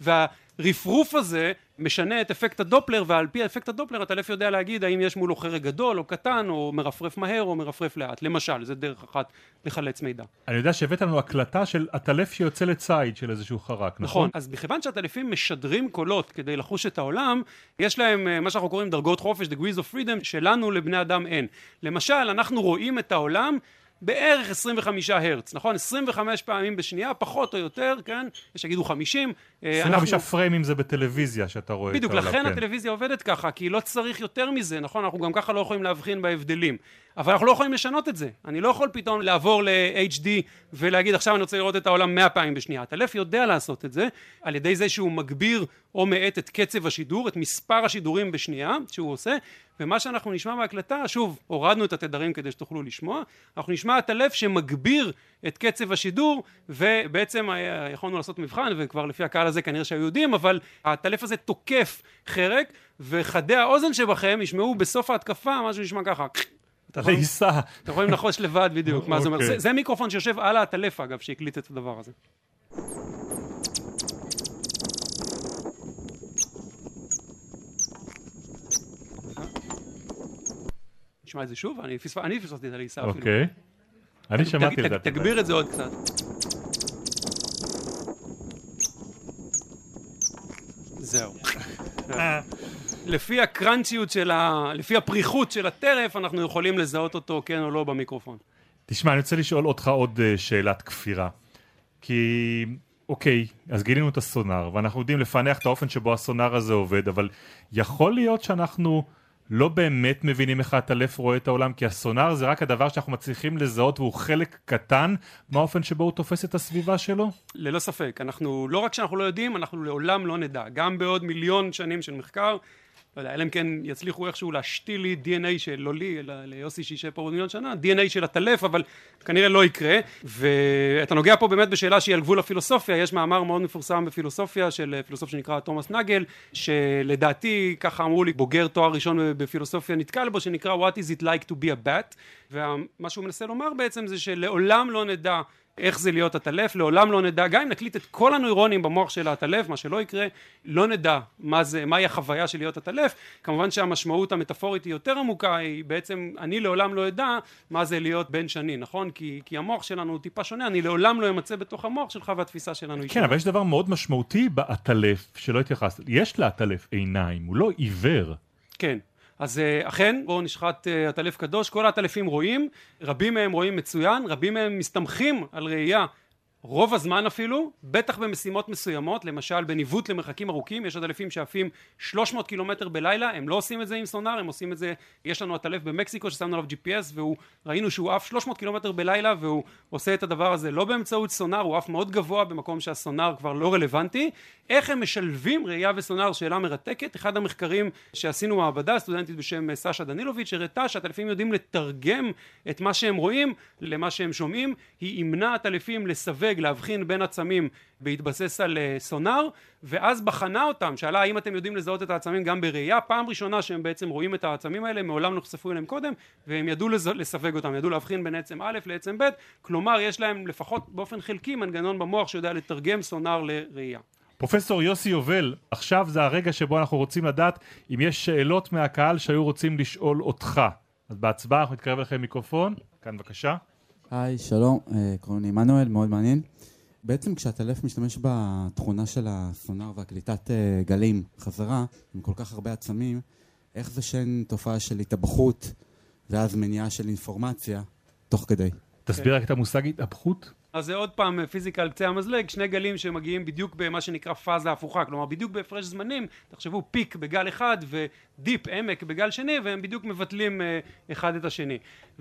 והרפרוף הזה משנה את אפקט הדופלר, ועל פי אפקט הדופלר הטלף יודע להגיד האם יש מולו חרק גדול או קטן, או מרפרף מהר או מרפרף לאט. למשל, זה דרך אחת לחלץ מידע. אני יודע שהבאת לנו הקלטה של הטלף שיוצא לצייד של איזשהו חרק, נכון? נכון. אז מכיוון שהטלפים משדרים קולות כדי לחוש את העולם, יש להם מה שאנחנו קוראים דרגות חופש, degrees of freedom, שלנו לבני אדם אין. למשל, אנחנו רואים את העולם בערך עשרים וחמישה הרץ, נכון? עשרים וחמש פעמים בשנייה, פחות או יותר, כן? יש שיגידו חמישים. עשרים וחמישה פריימים זה בטלוויזיה שאתה רואה בדיוק, את העולם. לכן כן. הטלוויזיה עובדת ככה, כי לא צריך יותר מזה, נכון? אנחנו גם ככה לא יכולים להבחין בהבדלים. אבל אנחנו לא יכולים לשנות את זה. אני לא יכול פתאום לעבור ל-אייץ' די ולהגיד עכשיו אני רוצה לראות את העולם מאה פעמים בשנייה. הטלף יודע לעשות את זה על ידי זה שהוא מגביר או מאט את קצב השידור, את מספר השידורים בשנייה שהוא עושה, ומה שאנחנו נשמע בהקלטה, שוב, הורדנו את התדרים כדי שתוכלו לשמוע, אנחנו נשמע את הטלף שמגביר את קצב השידור, ובעצם יכולנו לעשות מבחן, וכבר לפי הקהל הזה כנראה שהיו יודעים, אבל הטלף הזה תוקף חרק, וחדי האוזן שבכם ישמעו בסוף ההתקפה, משהו נשמע ככה. אתה להיסה. אתם יכולים לחוש לבד בדיוק, מה זה אומר. זה מיקרופון שיושב על הטלף, אגב, שהקליט את הדבר הזה. נשמע את זה שוב, אני פספסתי את הלהיסה אפילו. אוקיי. אני שמעתי לדעת. תגביר את זה עוד קצת. זהו. לפי הקרנצ'יות של ה... לפי הפריחות של הטרף, אנחנו יכולים לזהות אותו כן או לא במיקרופון. תשמע, אני רוצה לשאול אותך עוד שאלת כפירה. כי, אוקיי, אז גילינו את הסונאר, ואנחנו יודעים לפענח את האופן שבו הסונאר הזה עובד, אבל יכול להיות שאנחנו לא באמת מבינים איך הטלף רואה את העולם, כי הסונאר זה רק הדבר שאנחנו מצליחים לזהות, והוא חלק קטן מהאופן שבו הוא תופס את הסביבה שלו? ללא ספק. אנחנו, לא רק שאנחנו לא יודעים, אנחנו לעולם לא נדע. גם בעוד מיליון שנים של מחקר, לא יודע, אלא אם כן יצליחו איכשהו להשתיל לי די אן איי של, לא לי, אלא ליוסי שישה פה עוד מיליון שנה, די אן איי של הטלף, אבל כנראה לא יקרה. ואתה נוגע פה באמת בשאלה שהיא על גבול הפילוסופיה. יש מאמר מאוד מפורסם בפילוסופיה של פילוסוף שנקרא תומאס נגל, שלדעתי, ככה אמרו לי, בוגר תואר ראשון בפילוסופיה נתקל בו, שנקרא What is it like to be a bat? ומה שהוא מנסה לומר בעצם זה שלעולם לא נדע איך זה להיות הטלף, לעולם לא נדע, גם אם נקליט את כל הנוירונים במוח של הטלף, מה שלא יקרה, לא נדע מה זה, מהי החוויה של להיות הטלף. כמובן שהמשמעות המטאפורית היא יותר עמוקה, היא בעצם, אני לעולם לא יודע מה זה להיות בן שני, נכון? כי, כי המוח שלנו הוא טיפה שונה, אני לעולם לא אמצא בתוך המוח שלך והתפיסה שלנו היא כן, אבל יש דבר מאוד משמעותי בהטלף שלא התייחס, יש להטלף עיניים, הוא לא עיוור. כן. אז אכן, בואו נשחט הטלף קדוש, כל הטלפים רואים, רבים מהם רואים מצוין, רבים מהם מסתמכים על ראייה, רוב הזמן אפילו, בטח במשימות מסוימות, למשל בניווט למרחקים ארוכים, יש הטלפים שעפים שלוש מאות קילומטר בלילה, הם לא עושים את זה עם סונאר, הם עושים את זה, יש לנו הטלף במקסיקו ששמנו עליו ג'י פי אס, והוא, ראינו שהוא עף שלוש מאות קילומטר בלילה, והוא עושה את הדבר הזה לא באמצעות סונאר, הוא עף מאוד גבוה במקום שהסונאר כבר לא רלוונטי. איך הם משלבים ראייה וסונאר? שאלה מרתקת. אחד המחקרים שעשינו מעבדה, סטודנטית בשם סשה דנילוביץ', הראתה שהטלפים יודעים לתרגם את מה שהם רואים למה שהם שומעים. היא אימנה הטלפים לסווג לדלג, להבחין בין עצמים בהתבסס על סונאר, ואז בחנה אותם, שאלה האם אתם יודעים לזהות את העצמים גם בראייה, פעם ראשונה שהם בעצם רואים את העצמים האלה, מעולם לא נחשפו אליהם קודם, והם ידעו לסווג אותם, ידעו להבחין בין עצם א' לעצם ב', כלומר יש להם לפחות באופן חלקי מנגנון במוח שיודע לתרגם סונאר לראייה. פרופסור יוסי יובל, עכשיו זה הרגע שבו אנחנו רוצים לדעת אם יש שאלות מהקהל שהיו רוצים לשאול אותך. אז בהצבעה אנחנו נתקרב לכם מיקרופון, כאן בבקשה. היי, שלום, קוראים לי עמנואל, מאוד מעניין. בעצם כשהטלף משתמש בתכונה של הסונאר והקליטת גלים חזרה, עם כל כך הרבה עצמים, איך זה שאין תופעה של התאבכות ואז מניעה של אינפורמציה תוך כדי? תסביר רק את המושג התאבכות. אז זה עוד פעם פיזיקה על קצה המזלג, שני גלים שמגיעים בדיוק במה שנקרא פאזה הפוכה, כלומר בדיוק בהפרש זמנים, תחשבו פיק בגל אחד ודיפ עמק בגל שני, והם בדיוק מבטלים אחד את השני.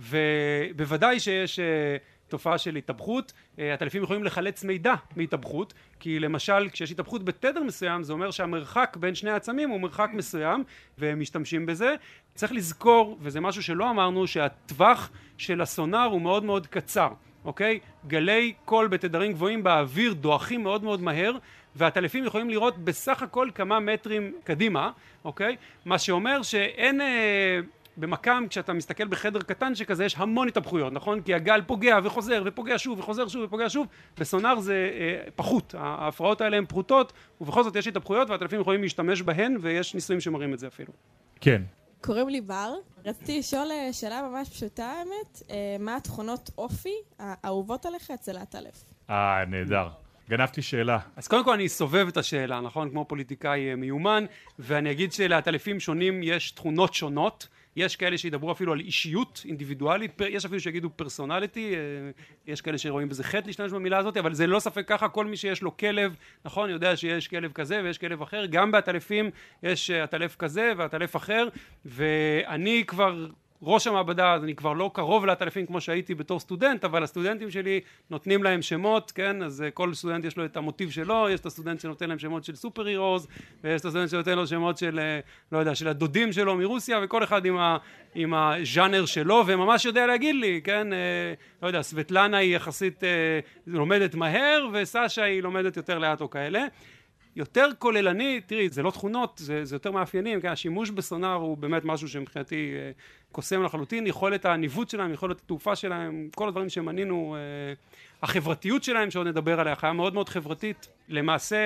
ובוודאי שיש תופעה של התאבכות, הטלפים יכולים לחלץ מידע מהתאבכות, כי למשל כשיש התאבכות בתדר מסוים, זה אומר שהמרחק בין שני העצמים הוא מרחק מסוים, והם משתמשים בזה. צריך לזכור, וזה משהו שלא אמרנו, שהטווח של הסונאר הוא מאוד מאוד קצר. אוקיי? גלי קול בתדרים גבוהים באוויר דועכים מאוד מאוד מהר, והטלפים יכולים לראות בסך הכל כמה מטרים קדימה, אוקיי? מה שאומר שאין אה, במקם, כשאתה מסתכל בחדר קטן שכזה, יש המון התהפכויות, נכון? כי הגל פוגע וחוזר ופוגע שוב וחוזר שוב ופוגע שוב. בסונאר זה אה, פחות, ההפרעות האלה הן פרוטות, ובכל זאת יש התהפכויות והטלפים יכולים להשתמש בהן, ויש ניסויים שמראים את זה אפילו. כן. קוראים לי בר. רציתי לשאול שאלה ממש פשוטה האמת, מה התכונות אופי האהובות עליך אצל הטלף? אה, נהדר. גנבתי שאלה. אז קודם כל אני סובב את השאלה, נכון? כמו פוליטיקאי מיומן, ואני אגיד שלטלפים שונים יש תכונות שונות. יש כאלה שידברו אפילו על אישיות אינדיבידואלית, יש אפילו שיגידו פרסונליטי, יש כאלה שרואים בזה חטא להשתמש במילה הזאת, אבל זה לא ספק ככה, כל מי שיש לו כלב, נכון, יודע שיש כלב כזה ויש כלב אחר, גם בהטלפים יש הטלף כזה והטלף אחר, ואני כבר ראש המעבדה, אז אני כבר לא קרוב להטלפים כמו שהייתי בתור סטודנט, אבל הסטודנטים שלי נותנים להם שמות, כן? אז כל סטודנט יש לו את המוטיב שלו, יש את הסטודנט שנותן להם שמות של סופר הירוז, ויש את הסטודנט שנותן לו שמות של, לא יודע, של הדודים שלו מרוסיה, וכל אחד עם, ה, עם הז'אנר שלו, וממש יודע להגיד לי, כן? לא יודע, סבטלנה היא יחסית לומדת מהר, וסשה היא לומדת יותר לאט או כאלה. יותר כוללני, תראי, זה לא תכונות, זה, זה יותר מאפיינים, כי השימוש בסונאר הוא באמת משהו שמבחינתי אה, קוסם לחלוטין, יכולת הניווט שלהם, יכולת התעופה שלהם, כל הדברים שמנינו, אה, החברתיות שלהם שעוד נדבר עליה, חיה מאוד מאוד חברתית, למעשה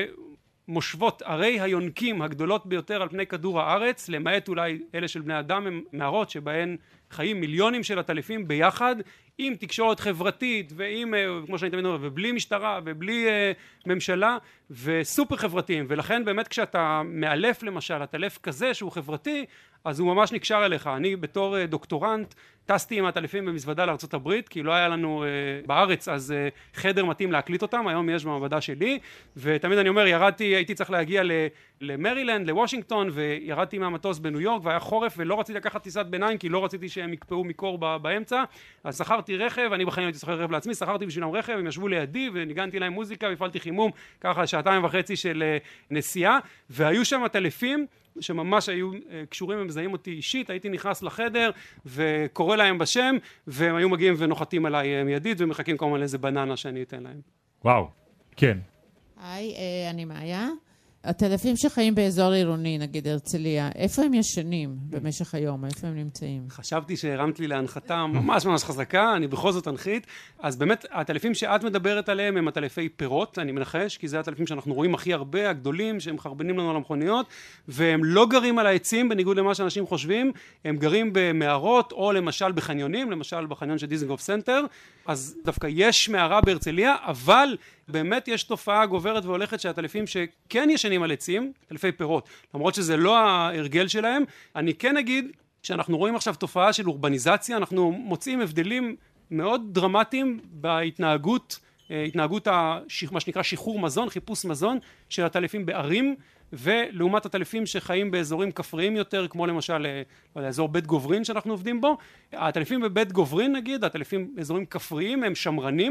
מושבות ערי היונקים הגדולות ביותר על פני כדור הארץ, למעט אולי אלה של בני אדם, הם מערות שבהן חיים מיליונים של הטלפים ביחד, עם תקשורת חברתית ועם, כמו שאני תמיד אומר, ובלי משטרה ובלי uh, ממשלה, וסופר חברתיים, ולכן באמת כשאתה מאלף למשל הטלף כזה שהוא חברתי, אז הוא ממש נקשר אליך. אני בתור uh, דוקטורנט טסתי עם הטלפים במזוודה לארצות הברית, כי לא היה לנו uh, בארץ אז uh, חדר מתאים להקליט אותם, היום יש במעבדה שלי, ותמיד אני אומר, ירדתי, הייתי צריך להגיע למרילנד, לוושינגטון, וירדתי מהמטוס בניו יורק, והיה חורף, ולא רציתי לקחת טיסת ביניים, כי לא רציתי שהם יקפאו מקור באמצע, אז שכרתי רכב, אני בחיים הייתי שוכר רכב לעצמי, שכרתי בשבילם רכב, הם ישבו לידי, וניגנתי להם מוזיקה, והפעלתי חימום, ככה שעתיים וחצי של נסיעה, והיו שם הטלפים, שממש היו קשורים ומזהים אותי אישית, הייתי נכנס לחדר וקורא להם בשם, והם היו מגיעים ונוחתים עליי מיידית, ומחכים כמובן לאיזה בננה שאני אתן להם. וואו, כן. היי, אני מאיה. הטלפים שחיים באזור עירוני, נגיד הרצליה, איפה הם ישנים במשך היום? איפה הם נמצאים? חשבתי שהרמת לי להנחתה ממש ממש חזקה, אני בכל זאת אנחית. אז באמת, הטלפים שאת מדברת עליהם הם הטלפי פירות, אני מנחש, כי זה הטלפים שאנחנו רואים הכי הרבה, הגדולים, שהם חרבנים לנו על המכוניות, והם לא גרים על העצים, בניגוד למה שאנשים חושבים, הם גרים במערות, או למשל בחניונים, למשל בחניון של דיזנגוף סנטר, אז דווקא יש מערה בהרצליה, אבל באמת יש תופעה גוברת והולכת שהטלפים שכן ישנים על עצים, טלפי פירות, למרות שזה לא ההרגל שלהם, אני כן אגיד שאנחנו רואים עכשיו תופעה של אורבניזציה, אנחנו מוצאים הבדלים מאוד דרמטיים בהתנהגות, התנהגות מה שנקרא שחרור מזון, חיפוש מזון של הטלפים בערים, ולעומת הטלפים שחיים באזורים כפריים יותר, כמו למשל לא יודע, אזור בית גוברין שאנחנו עובדים בו, הטלפים בבית גוברין נגיד, הטלפים באזורים כפריים הם שמרנים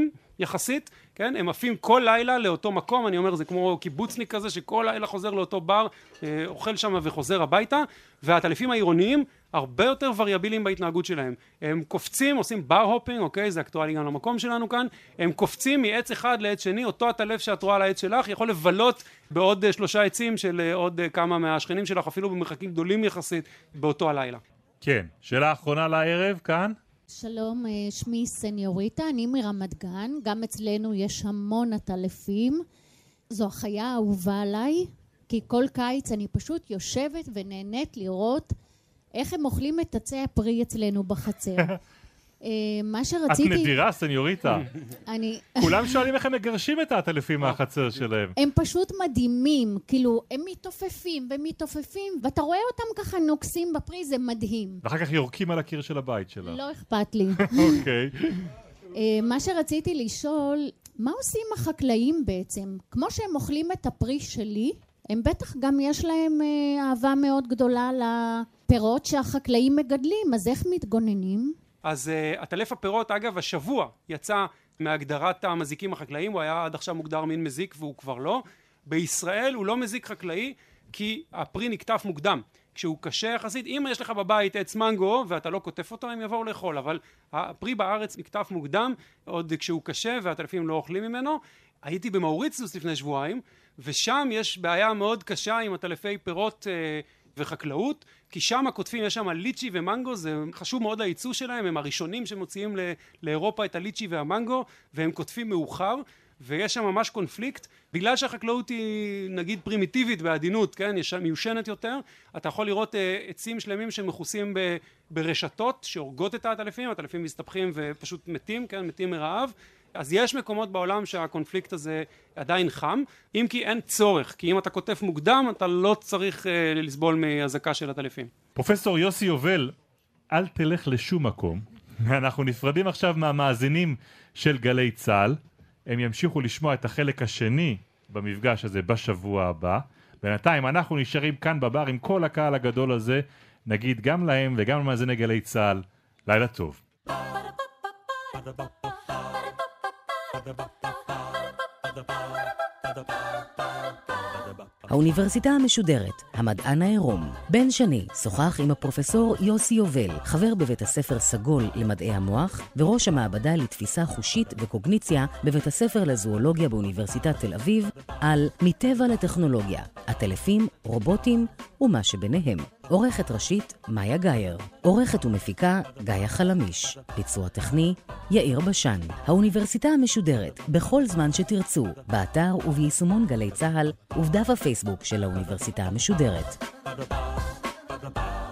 יחסית, כן? הם עפים כל לילה לאותו מקום, אני אומר, זה כמו קיבוצניק כזה, שכל לילה חוזר לאותו בר, אה, אוכל שם וחוזר הביתה, והטלפים העירוניים הרבה יותר וריאביליים בהתנהגות שלהם. הם קופצים, עושים בר הופינג, אוקיי? זה אקטואלי גם למקום שלנו כאן. הם קופצים מעץ אחד לעץ שני, אותו הטלף שאת רואה על העץ שלך, יכול לבלות בעוד uh, שלושה עצים של uh, עוד uh, כמה מהשכנים שלך, אפילו במרחקים גדולים יחסית, באותו הלילה. כן, שאלה אחרונה לערב, כאן. שלום, שמי סניוריטה, אני מרמת גן, גם אצלנו יש המון עטלפים. זו החיה האהובה עליי, כי כל קיץ אני פשוט יושבת ונהנית לראות איך הם אוכלים את עצי הפרי אצלנו בחצר. מה שרציתי... את נדירה, סניוריטה. אני... כולם שואלים איך הם מגרשים את העטלפים מהחצר שלהם. הם פשוט מדהימים, כאילו, הם מתעופפים ומתעופפים, ואתה רואה אותם ככה נוקסים בפרי, זה מדהים. ואחר כך יורקים על הקיר של הבית שלה. לא אכפת לי. אוקיי. מה שרציתי לשאול, מה עושים החקלאים בעצם? כמו שהם אוכלים את הפרי שלי, הם בטח גם יש להם אהבה מאוד גדולה לפירות שהחקלאים מגדלים, אז איך מתגוננים? אז uh, הטלף הפירות, אגב, השבוע יצא מהגדרת המזיקים החקלאיים, הוא היה עד עכשיו מוגדר מין מזיק והוא כבר לא. בישראל הוא לא מזיק חקלאי כי הפרי נקטף מוקדם. כשהוא קשה יחסית, אם יש לך בבית עץ מנגו ואתה לא כותף אותו, הם יבואו לאכול, אבל הפרי בארץ נקטף מוקדם, עוד כשהוא קשה והטלפים לא אוכלים ממנו. הייתי במאוריציוס לפני שבועיים, ושם יש בעיה מאוד קשה עם הטלפי פירות uh, וחקלאות, כי שם הקוטפים, יש שם ליצ'י ומנגו, זה חשוב מאוד לייצוא שלהם, הם הראשונים שמוציאים לאירופה את הליצ'י והמנגו, והם קוטפים מאוחר, ויש שם ממש קונפליקט, בגלל שהחקלאות היא נגיד פרימיטיבית בעדינות, כן, יש מיושנת יותר, אתה יכול לראות עצים שלמים שמכוסים ברשתות שהורגות את העטלפים, העטלפים מסתבכים ופשוט מתים, כן, מתים מרעב, אז יש מקומות בעולם שהקונפליקט הזה עדיין חם, אם כי אין צורך, כי אם אתה כותף מוקדם, אתה לא צריך uh, לסבול מהזקה של הטלפים. פרופסור יוסי יובל, אל תלך לשום מקום. אנחנו נפרדים עכשיו מהמאזינים של גלי צהל. הם ימשיכו לשמוע את החלק השני במפגש הזה בשבוע הבא. בינתיים אנחנו נשארים כאן בבר עם כל הקהל הגדול הזה. נגיד גם להם וגם למאזיני גלי צהל, לילה טוב. האוניברסיטה המשודרת, המדען העירום. בן שני שוחח עם הפרופסור יוסי יובל, חבר בבית הספר סגול למדעי המוח, וראש המעבדה לתפיסה חושית וקוגניציה בבית הספר לזואולוגיה באוניברסיטת תל אביב, על מטבע לטכנולוגיה, עטלפים, רובוטים ומה שביניהם. עורכת ראשית, מאיה גייר. עורכת ומפיקה, גאיה חלמיש. ביצוע טכני, יאיר בשן. האוניברסיטה המשודרת, בכל זמן שתרצו, באתר וביישומון גלי צהל, ובדף הפייסבוק של האוניברסיטה המשודרת.